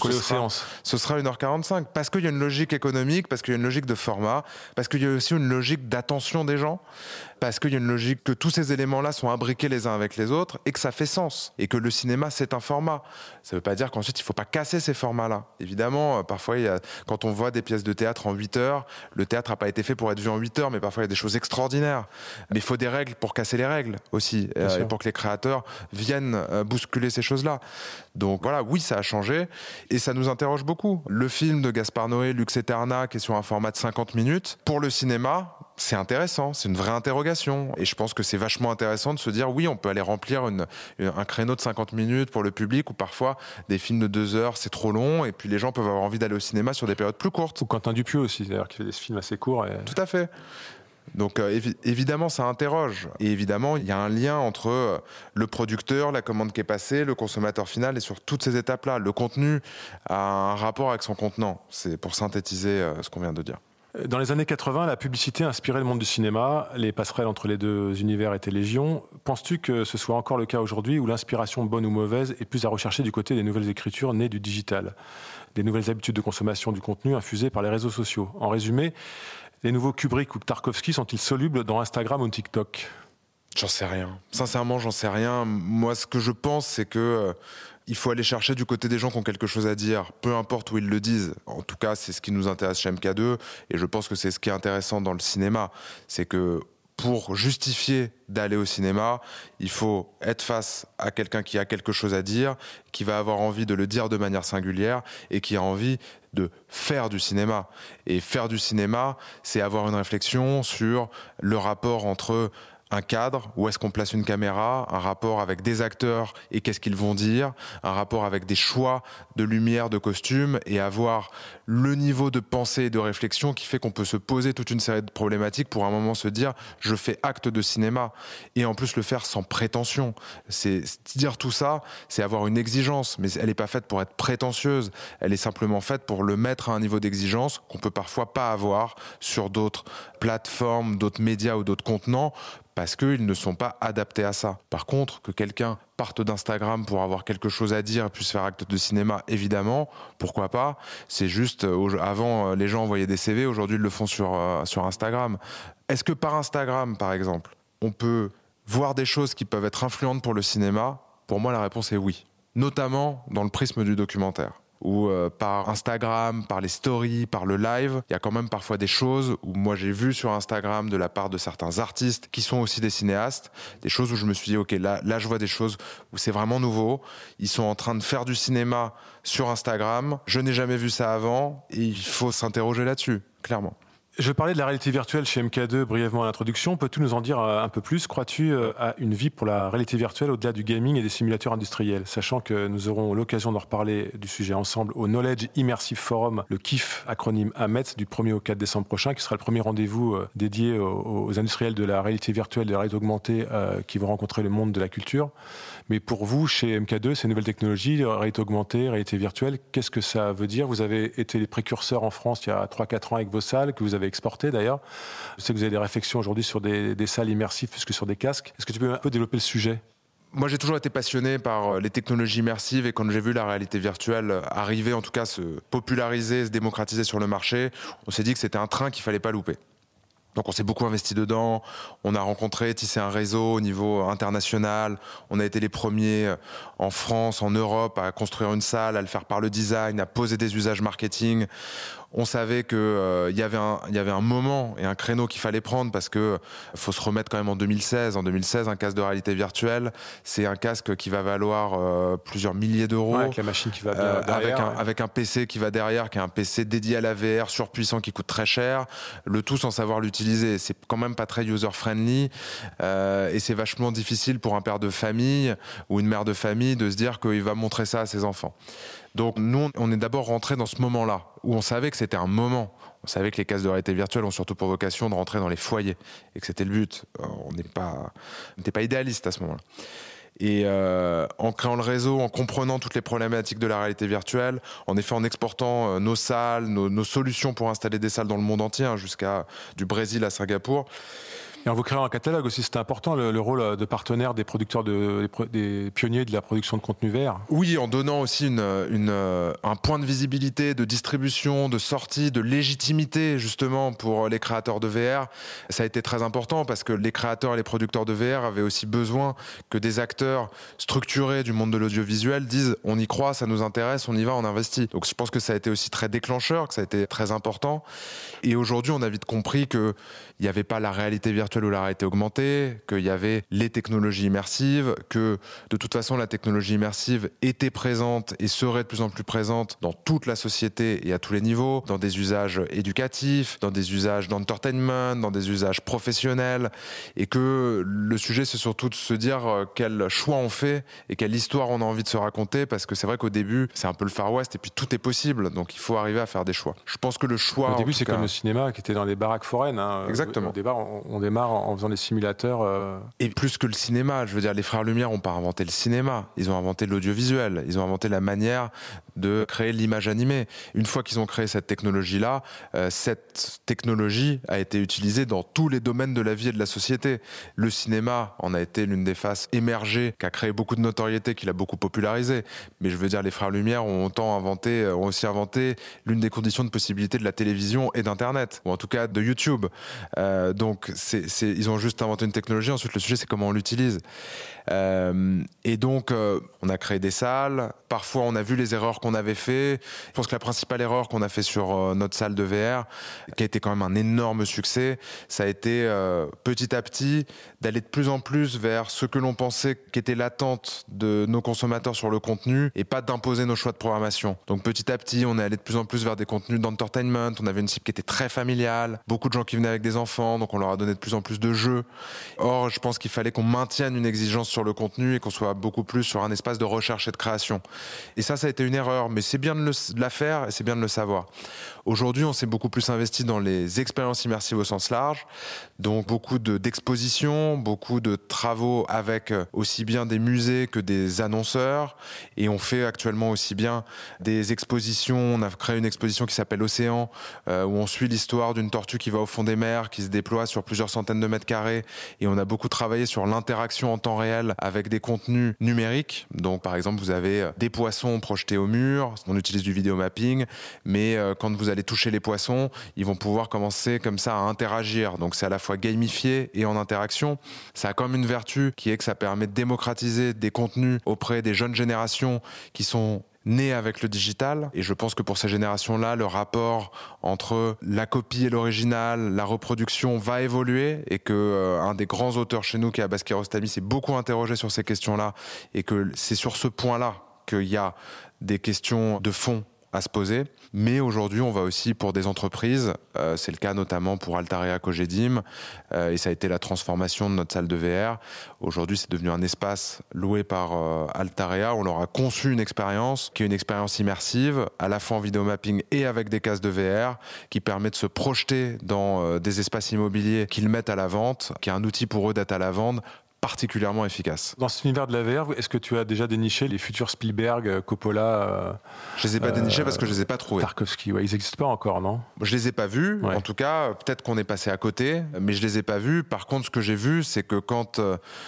ce sera 1h45. Parce qu'il y a une logique économique, parce qu'il y a une logique de format, parce qu'il y a aussi une logique d'attention des gens, parce qu'il y a une logique que tous ces éléments-là sont imbriqués les uns avec les autres et que ça fait sens. Et que le cinéma, c'est un format. Ça ne veut pas dire qu'ensuite, il ne faut pas casser ces formats-là. Évidemment, parfois, quand on voit des pièces de théâtre en 8 heures, le théâtre n'a pas été fait pour être vu en 8 heures, mais parfois, il y a des choses extraordinaires. Mais il faut des règles pour casser les règles aussi. Et pour que les créateurs viennent bousculer ces choses-là. Donc voilà, oui, ça a changé et ça nous interroge beaucoup. Le film de Gaspard Noé, Lux Aeterna, qui est sur un format de 50 minutes, pour le cinéma, c'est intéressant, c'est une vraie interrogation. d'imagination. Et je pense que c'est vachement intéressant de se dire, oui, on peut aller remplir un créneau de 50 minutes pour le public, ou parfois des films de 2 heures, c'est trop long, et puis les gens peuvent avoir envie d'aller au cinéma sur des périodes plus courtes. Ou Quentin Dupieux aussi, d'ailleurs, qui fait des films assez courts. Tout à fait. Donc évidemment, ça interroge. Et évidemment, il y a un lien entre le producteur, la commande qui est passée, le consommateur final, et sur toutes ces étapes-là. Le contenu a un rapport avec son contenant. C'est pour synthétiser ce qu'on vient de dire. Dans les années 80, la publicité inspirait le monde du cinéma. Les passerelles entre les deux univers étaient légion. Penses-tu que ce soit encore le cas aujourd'hui, où l'inspiration, bonne ou mauvaise, est plus à rechercher du côté des nouvelles écritures nées du digital, des nouvelles habitudes de consommation du contenu infusées par les réseaux sociaux? En résumé, les nouveaux Kubrick ou Tarkovsky sont-ils solubles dans Instagram ou TikTok? J'en sais rien. Sincèrement, j'en sais rien. Moi, ce que je pense, c'est que il faut aller chercher du côté des gens qui ont quelque chose à dire, peu importe où ils le disent. En tout cas, c'est ce qui nous intéresse chez MK2, et je pense que c'est ce qui est intéressant dans le cinéma. C'est que pour justifier d'aller au cinéma, il faut être face à quelqu'un qui a quelque chose à dire, qui va avoir envie de le dire de manière singulière, et qui a envie de faire du cinéma. Et faire du cinéma, c'est avoir une réflexion sur le rapport entre un cadre, où est-ce qu'on place une caméra, un rapport avec des acteurs et qu'est-ce qu'ils vont dire, un rapport avec des choix de lumière, de costumes, et avoir le niveau de pensée et de réflexion qui fait qu'on peut se poser toute une série de problématiques pour un moment se dire je fais acte de cinéma, et en plus le faire sans prétention. C'est dire tout ça, c'est avoir une exigence, mais elle n'est pas faite pour être prétentieuse, elle est simplement faite pour le mettre à un niveau d'exigence qu'on peut parfois pas avoir sur d'autres plateformes, d'autres médias ou d'autres contenants, parce qu'ils ne sont pas adaptés à ça. Par contre, que quelqu'un parte d'Instagram pour avoir quelque chose à dire et puisse faire acte de cinéma, évidemment, pourquoi pas. C'est juste, avant, les gens envoyaient des CV, aujourd'hui, ils le font sur Instagram. Est-ce que par Instagram, par exemple, on peut voir des choses qui peuvent être influentes pour le cinéma? Pour moi, la réponse est oui. Notamment dans le prisme du documentaire, où par Instagram, par les stories, par le live, il y a quand même parfois des choses où moi j'ai vu sur Instagram de la part de certains artistes qui sont aussi des cinéastes, des choses où je me suis dit ok, là je vois des choses où c'est vraiment nouveau, ils sont en train de faire du cinéma sur Instagram, je n'ai jamais vu ça avant, et il faut s'interroger là-dessus, clairement. Je parlais de la réalité virtuelle chez MK2 brièvement à l'introduction. Peux-tu nous en dire un peu plus? Crois-tu à une vie pour la réalité virtuelle au-delà du gaming et des simulateurs industriels? Sachant que nous aurons l'occasion d'en reparler du sujet ensemble au Knowledge Immersive Forum, le KIF, acronyme à Metz, du 1er au 4 décembre prochain, qui sera le premier rendez-vous dédié aux industriels de la réalité virtuelle, de la réalité augmentée, qui vont rencontrer le monde de la culture. Mais pour vous, chez MK2, ces nouvelles technologies, réalité augmentée, réalité virtuelle, qu'est-ce que ça veut dire? Vous avez été les précurseurs en France il y a 3-4 ans avec vos salles, que vous avez exportées d'ailleurs. Je sais que vous avez des réflexions aujourd'hui sur des salles immersives plus que sur des casques. Est-ce que tu peux un peu développer le sujet? Moi, j'ai toujours été passionné par les technologies immersives, et quand j'ai vu la réalité virtuelle arriver, en tout cas se populariser, se démocratiser sur le marché, on s'est dit que c'était un train qu'il fallait pas louper. Donc on s'est beaucoup investi dedans, on a rencontré, tissé un réseau au niveau international, on a été les premiers en France, en Europe à construire une salle, à le faire par le design, à poser des usages marketing. On savait que y avait un moment et un créneau qu'il fallait prendre, parce que faut se remettre quand même en 2016. En 2016, un casque de réalité virtuelle, c'est un casque qui va valoir plusieurs milliers d'euros. Ouais, avec la machine qui va bien derrière. Avec un PC qui va derrière, qui est un PC dédié à la VR, surpuissant, qui coûte très cher. Le tout sans savoir l'utiliser. C'est quand même pas très user-friendly. Et c'est vachement difficile pour un père de famille ou une mère de famille de se dire qu'il va montrer ça à ses enfants. Donc nous, on est d'abord rentré dans ce moment-là, où on savait que c'était un moment. On savait que les casques de réalité virtuelle ont surtout pour vocation de rentrer dans les foyers, et que c'était le but. On n'était pas idéaliste à ce moment-là. Et en créant le réseau, en comprenant toutes les problématiques de la réalité virtuelle, en effet en exportant nos salles, nos solutions pour installer des salles dans le monde entier, jusqu'à du Brésil à Singapour. Et en vous créant un catalogue aussi, c'était important, le rôle de partenaire des producteurs, des pionniers de la production de contenu VR. Oui, en donnant aussi un point de visibilité, de distribution, de sortie, de légitimité justement pour les créateurs de VR. Ça a été très important, parce que les créateurs et les producteurs de VR avaient aussi besoin que des acteurs structurés du monde de l'audiovisuel disent on y croit, ça nous intéresse, on y va, on investit. Donc je pense que ça a été aussi très déclencheur, que ça a été très important. Et aujourd'hui, on a vite compris qu'il n'y avait pas la réalité virtuelle virtuelle ou la réalité augmentée, qu'il y avait les technologies immersives, que de toute façon la technologie immersive était présente et serait de plus en plus présente dans toute la société et à tous les niveaux, dans des usages éducatifs, dans des usages d'entertainment, dans des usages professionnels, et que le sujet c'est surtout de se dire quel choix on fait et quelle histoire on a envie de se raconter, parce que c'est vrai qu'au début c'est un peu le Far West et puis tout est possible, donc il faut arriver à faire des choix. Je pense que le choix... Au début c'est comme le cinéma qui était dans les baraques foraines. Exactement. Au départ on démarre en faisant des simulateurs. Et plus que le cinéma, je veux dire, les frères Lumière n'ont pas inventé le cinéma, ils ont inventé l'audiovisuel, ils ont inventé la manière de créer l'image animée. Une fois qu'ils ont créé cette technologie-là, cette technologie a été utilisée dans tous les domaines de la vie et de la société. Le cinéma en a été l'une des faces émergées, qui a créé beaucoup de notoriété, qui l'a beaucoup popularisé. Mais je veux dire, les frères Lumière ont aussi inventé l'une des conditions de possibilité de la télévision et d'Internet, ou en tout cas de YouTube. Donc ils ont juste inventé une technologie, ensuite le sujet c'est comment on l'utilise. Et donc on a créé des salles, parfois on a vu les erreurs qu'on avait fait. Je pense que la principale erreur qu'on a fait sur notre salle de VR, qui a été quand même un énorme succès, ça a été petit à petit d'aller de plus en plus vers ce que l'on pensait qu'était l'attente de nos consommateurs sur le contenu et pas d'imposer nos choix de programmation. Donc petit à petit on est allé de plus en plus vers des contenus d'entertainment, on avait une cible qui était très familiale, beaucoup de gens qui venaient avec des enfants, donc on leur a donné de plus en plus de jeux. Or je pense qu'il fallait qu'on maintienne une exigence sur le contenu et qu'on soit beaucoup plus sur un espace de recherche et de création. Et ça a été une erreur, mais c'est bien de la faire et c'est bien de le savoir. Aujourd'hui, on s'est beaucoup plus investi dans les expériences immersives au sens large, donc beaucoup d'expositions, beaucoup de travaux avec aussi bien des musées que des annonceurs, et on fait actuellement aussi bien des expositions. On a créé une exposition qui s'appelle Océan, où on suit l'histoire d'une tortue qui va au fond des mers, qui se déploie sur plusieurs centaines de mètres carrés, et on a beaucoup travaillé sur l'interaction en temps réel avec des contenus numériques. Donc par exemple, vous avez des poissons projetés au mur, on utilise du vidéo mapping, mais quand vous allez toucher les poissons, ils vont pouvoir commencer comme ça à interagir. Donc c'est à la fois gamifié et en interaction. Ça a quand même une vertu qui est que ça permet de démocratiser des contenus auprès des jeunes générations qui sont nées avec le digital. Et je pense que pour ces générations-là, le rapport entre la copie et l'original, la reproduction va évoluer, et que un des grands auteurs chez nous, qui est Abbas Kiarostami, s'est beaucoup interrogé sur ces questions-là, et que c'est sur ce point-là qu'il y a des questions de fond à se poser. Mais aujourd'hui, on va aussi pour des entreprises, c'est le cas notamment pour Altarea Cogedim, et ça a été la transformation de notre salle de VR. Aujourd'hui, c'est devenu un espace loué par Altarea. On leur a conçu une expérience qui est une expérience immersive, à la fois en vidéo mapping et avec des casques de VR, qui permet de se projeter dans des espaces immobiliers qu'ils mettent à la vente, qui est un outil pour eux d'être à la vente, particulièrement efficace. Dans cet univers de la VR, est-ce que tu as déjà déniché les futurs Spielberg, Coppola Je les ai pas dénichés parce que je les ai pas trouvés. Tarkovsky, ouais, ils n'existent pas encore, non ? Je les ai pas vus, ouais. En tout cas, peut-être qu'on est passé à côté, mais je les ai pas vus. Par contre, ce que j'ai vu, c'est que quand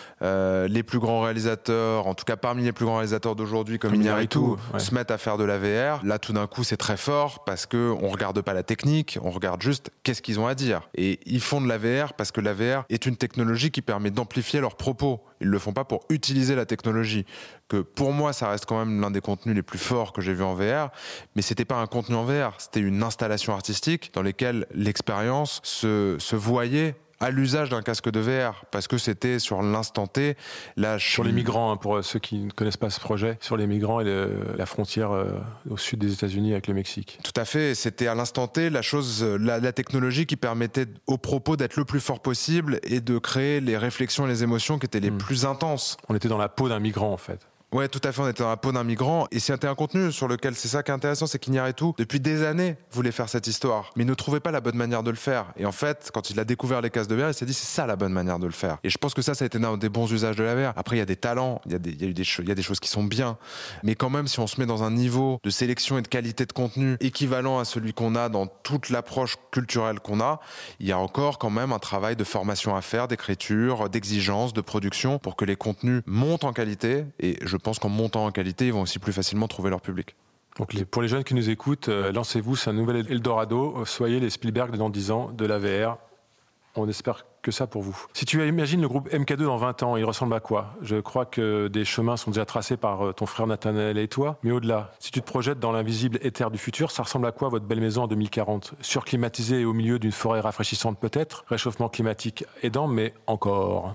les plus grands réalisateurs, en tout cas parmi les plus grands réalisateurs d'aujourd'hui, comme Iñárritu, ouais, se mettent à faire de la VR, là tout d'un coup c'est très fort parce que on regarde pas la technique, on regarde juste qu'est-ce qu'ils ont à dire. Et ils font de la VR parce que la VR est une technologie qui permet d'amplifier leurs propos. Ils le font pas pour utiliser la technologie. Que pour moi, ça reste quand même l'un des contenus les plus forts que j'ai vu en VR, mais c'était pas un contenu en VR, c'était une installation artistique dans laquelle l'expérience se voyait à l'usage d'un casque de VR, parce que c'était sur l'instant T. Là, sur les migrants, hein, pour ceux qui ne connaissent pas ce projet, sur les migrants et la frontière au sud des États-Unis avec le Mexique. Tout à fait, c'était à l'instant T la technologie qui permettait aux propos d'être le plus fort possible et de créer les réflexions et les émotions qui étaient les plus intenses. On était dans la peau d'un migrant en fait. Ouais, tout à fait, on était dans la peau d'un migrant, et c'était un contenu sur lequel, c'est ça qui est intéressant, c'est qu'Iñárritu, depuis des années, voulait faire cette histoire, mais il ne trouvait pas la bonne manière de le faire. Et en fait, quand il a découvert les casques de VR, il s'est dit, c'est ça la bonne manière de le faire. Et je pense que ça a été un des bons usages de la VR. Après, il y a des talents, il y a des choses qui sont bien, mais quand même, si on se met dans un niveau de sélection et de qualité de contenu équivalent à celui qu'on a dans toute l'approche culturelle qu'on a, il y a encore quand même un travail de formation à faire, d'écriture, d'exigence, de production, pour que les contenus montent en qualité, et je pense qu'en montant en qualité, ils vont aussi plus facilement trouver leur public. Donc pour les jeunes qui nous écoutent, lancez-vous, c'est un nouvel Eldorado, soyez les Spielberg de dans 10 ans de la VR. On espère que ça pour vous. Si tu imagines le groupe MK2 dans 20 ans, il ressemble à quoi ? Je crois que des chemins sont déjà tracés par ton frère Nathanaël et toi. Mais au-delà, si tu te projettes dans l'invisible éther du futur, ça ressemble à quoi votre belle maison en 2040 ? Surclimatisée et au milieu d'une forêt rafraîchissante peut-être, réchauffement climatique aidant, mais encore.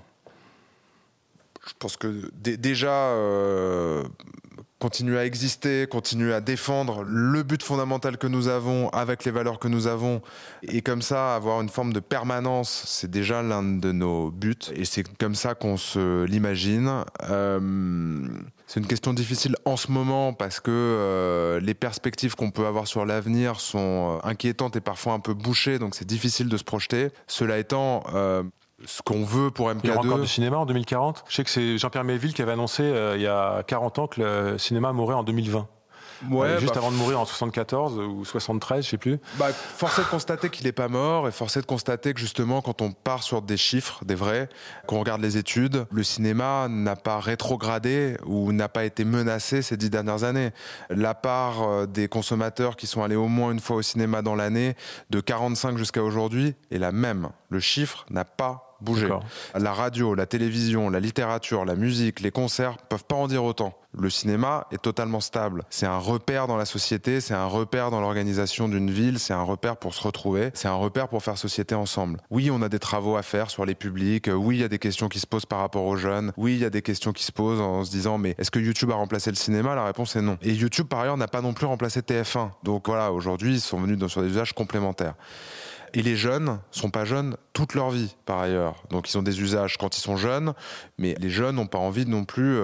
Je pense que déjà, continuer à exister, continuer à défendre le but fondamental que nous avons avec les valeurs que nous avons, et comme ça avoir une forme de permanence, c'est déjà l'un de nos buts, et c'est comme ça qu'on se l'imagine. C'est une question difficile en ce moment parce que les perspectives qu'on peut avoir sur l'avenir sont inquiétantes et parfois un peu bouchées, donc c'est difficile de se projeter. Cela étant, ce qu'on veut pour MK2... Il y aura encore du cinéma en 2040 ? Je sais que c'est Jean-Pierre Melville qui avait annoncé il y a 40 ans que le cinéma mourrait en 2020. Ouais, juste avant de mourir en 74 ou 73, je sais plus. Force est de constater qu'il n'est pas mort, et force est de constater que justement, quand on part sur des chiffres, des vrais, qu'on regarde les études, le cinéma n'a pas rétrogradé ou n'a pas été menacé ces 10 dernières années. La part des consommateurs qui sont allés au moins une fois au cinéma dans l'année, de 45 jusqu'à aujourd'hui, est la même. Le chiffre n'a pas bougé. D'accord. La radio, la télévision, la littérature, la musique, les concerts peuvent pas en dire autant. Le cinéma est totalement stable. C'est un repère dans la société, c'est un repère dans l'organisation d'une ville, c'est un repère pour se retrouver, c'est un repère pour faire société ensemble. Oui, on a des travaux à faire sur les publics, oui, il y a des questions qui se posent par rapport aux jeunes, oui, il y a des questions qui se posent en se disant mais est-ce que YouTube a remplacé le cinéma ? La réponse est non. Et YouTube, par ailleurs, n'a pas non plus remplacé TF1. Donc voilà, aujourd'hui, ils sont venus sur des usages complémentaires. Et les jeunes sont pas jeunes toute leur vie, par ailleurs. Donc ils ont des usages quand ils sont jeunes, mais les jeunes n'ont pas envie non plus,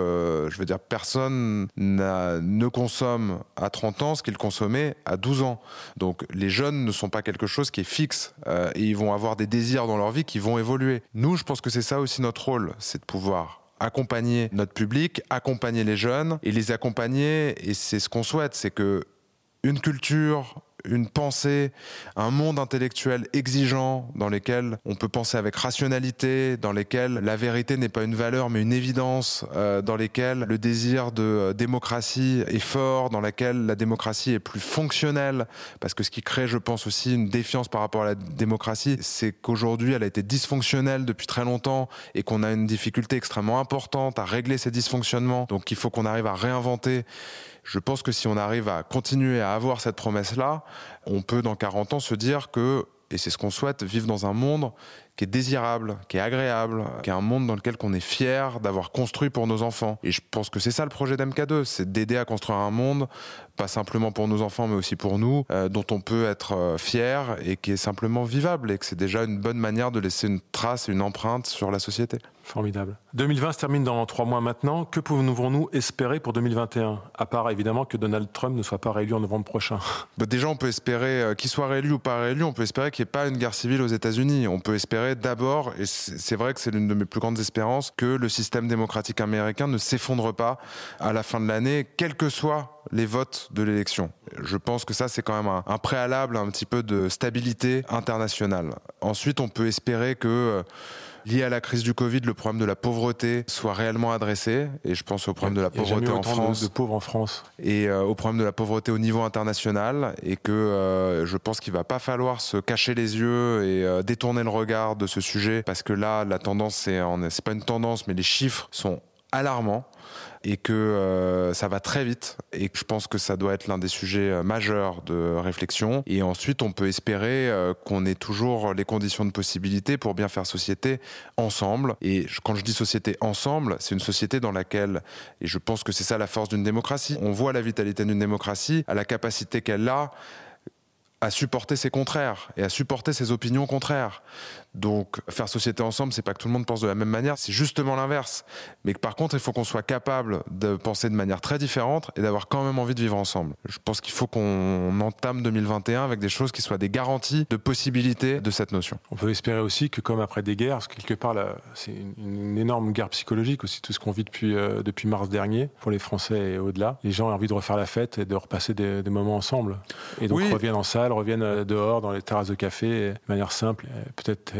personne ne consomme à 30 ans ce qu'ils consommaient à 12 ans. Donc les jeunes ne sont pas quelque chose qui est fixe, et ils vont avoir des désirs dans leur vie qui vont évoluer. Nous, je pense que c'est ça aussi notre rôle, c'est de pouvoir accompagner notre public, accompagner les jeunes, et les accompagner, et c'est ce qu'on souhaite, c'est que une culture, une pensée, un monde intellectuel exigeant dans lequel on peut penser avec rationalité, dans lesquels la vérité n'est pas une valeur mais une évidence, dans lesquels le désir de démocratie est fort, dans laquelle la démocratie est plus fonctionnelle, parce que ce qui crée, je pense aussi, une défiance par rapport à la démocratie, c'est qu'aujourd'hui elle a été dysfonctionnelle depuis très longtemps et qu'on a une difficulté extrêmement importante à régler ces dysfonctionnements, donc il faut qu'on arrive à réinventer. Je pense que si on arrive à continuer à avoir cette promesse-là, on peut dans 40 ans se dire que, et c'est ce qu'on souhaite, vivre dans un monde qui est désirable, qui est agréable, qui est un monde dans lequel on est fier d'avoir construit pour nos enfants. Et je pense que c'est ça le projet d'MK2, c'est d'aider à construire un monde, pas simplement pour nos enfants, mais aussi pour nous, dont on peut être fier et qui est simplement vivable, et que c'est déjà une bonne manière de laisser une trace, une empreinte sur la société. Formidable. 2020 se termine dans 3 mois maintenant. Que pouvons-nous espérer pour 2021 ? À part évidemment que Donald Trump ne soit pas réélu en novembre prochain. Déjà, on peut espérer qu'il soit réélu ou pas réélu, on peut espérer qu'il n'y ait pas une guerre civile aux États-Unis. On peut espérer d'abord, et c'est vrai que c'est l'une de mes plus grandes espérances, que le système démocratique américain ne s'effondre pas à la fin de l'année, quels que soient les votes de l'élection. Je pense que ça, c'est quand même un préalable, un petit peu de stabilité internationale. Ensuite, on peut espérer que, lié à la crise du Covid, le problème de la pauvreté soit réellement adressé. Et je pense au problème de la pauvreté en France. De pauvres en France. Et au problème de la pauvreté au niveau international. Et que je pense qu'il ne va pas falloir se cacher les yeux et détourner le regard de ce sujet. Parce que là, la tendance, c'est pas une tendance, mais les chiffres sont alarmants. Et que ça va très vite, et que je pense que ça doit être l'un des sujets majeurs de réflexion. Et ensuite, on peut espérer qu'on ait toujours les conditions de possibilité pour bien faire société ensemble. Et quand je dis société ensemble, c'est une société dans laquelle, et je pense que c'est ça la force d'une démocratie, on voit la vitalité d'une démocratie, à la capacité qu'elle a à supporter ses contraires et à supporter ses opinions contraires. Donc, faire société ensemble, c'est pas que tout le monde pense de la même manière, c'est justement l'inverse. Mais que par contre, il faut qu'on soit capable de penser de manière très différente et d'avoir quand même envie de vivre ensemble. Je pense qu'il faut qu'on entame 2021 avec des choses qui soient des garanties de possibilité de cette notion. On peut espérer aussi que, comme après des guerres, parce que quelque part, là, c'est une énorme guerre psychologique aussi, tout ce qu'on vit depuis mars dernier, pour les Français et au-delà. Les gens ont envie de refaire la fête et de repasser des moments ensemble. Et donc, reviennent en salle, reviennent dehors, dans les terrasses de café, de manière simple, peut-être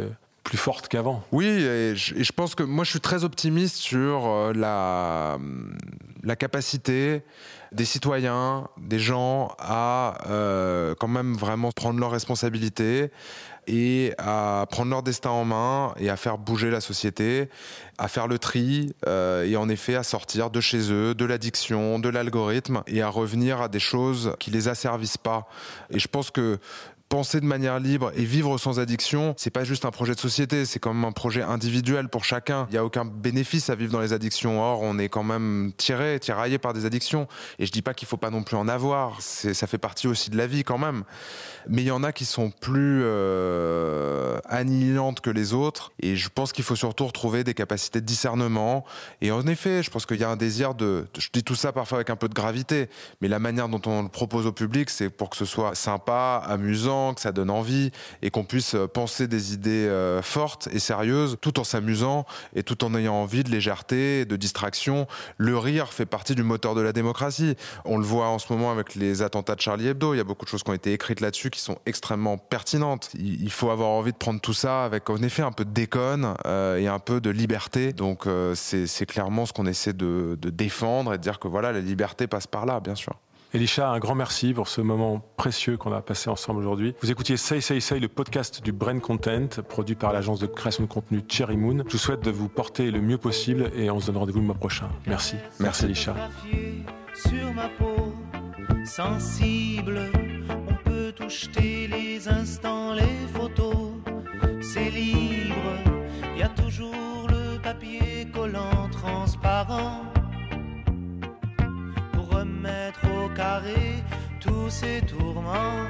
plus forte qu'avant. Oui, et je pense que moi je suis très optimiste sur la capacité des citoyens, des gens à quand même vraiment prendre leurs responsabilités et à prendre leur destin en main et à faire bouger la société, à faire le tri et en effet à sortir de chez eux, de l'addiction, de l'algorithme et à revenir à des choses qui les asservissent pas. Et je pense que penser de manière libre et vivre sans addiction, c'est pas juste un projet de société, c'est quand même un projet individuel pour chacun. Il n'y a aucun bénéfice à vivre dans les addictions. Or, on est quand même tiraillé par des addictions. Et je dis pas qu'il faut pas non plus en avoir. Ça fait partie aussi de la vie quand même. Mais il y en a qui sont plus annihilantes que les autres. Et je pense qu'il faut surtout retrouver des capacités de discernement. Et en effet, je pense qu'il y a un désir je dis tout ça parfois avec un peu de gravité, mais la manière dont on le propose au public, c'est pour que ce soit sympa, amusant, que ça donne envie et qu'on puisse penser des idées fortes et sérieuses tout en s'amusant et tout en ayant envie de légèreté, de distraction. Le rire fait partie du moteur de la démocratie. On le voit en ce moment avec les attentats de Charlie Hebdo. Il y a beaucoup de choses qui ont été écrites là-dessus qui sont extrêmement pertinentes. Il faut avoir envie de prendre tout ça avec en effet un peu de déconne et un peu de liberté. Donc c'est clairement ce qu'on essaie de défendre et de dire que voilà, la liberté passe par là, bien sûr. Elisha, un grand merci pour ce moment précieux qu'on a passé ensemble aujourd'hui. Vous écoutiez Say, le podcast du Brain Content, produit par l'agence de création de contenu Cherry Moon. Je vous souhaite de vous porter le mieux possible et on se donne rendez-vous le mois prochain. Merci. Merci Elisha. Sur ma peau sensible, on peut tout jeter, les instants, les photos. C'est libre, il y a toujours le papier collant transparent. Remettre au carré tous ces tourments.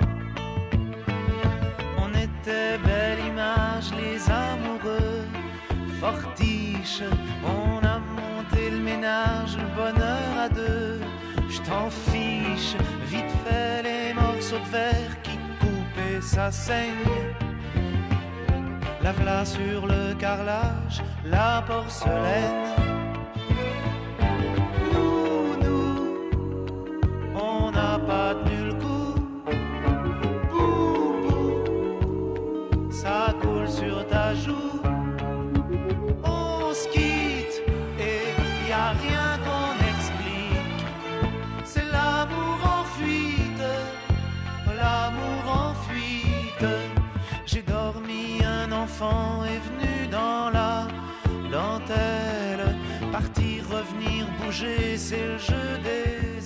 On était belle image, les amoureux fortiches. On a monté le ménage, le bonheur à deux. Je t'en fiche, vite fait les morceaux de verre qui coupent et ça saigne. Lave-la sur le carrelage, la porcelaine. Pas tenu le coup, bou, bou, ça coule sur ta joue. On se quitte et y a rien qu'on explique. C'est l'amour en fuite, l'amour en fuite. J'ai dormi, un enfant est venu dans la dentelle. Partir, revenir, bouger, c'est le jeu des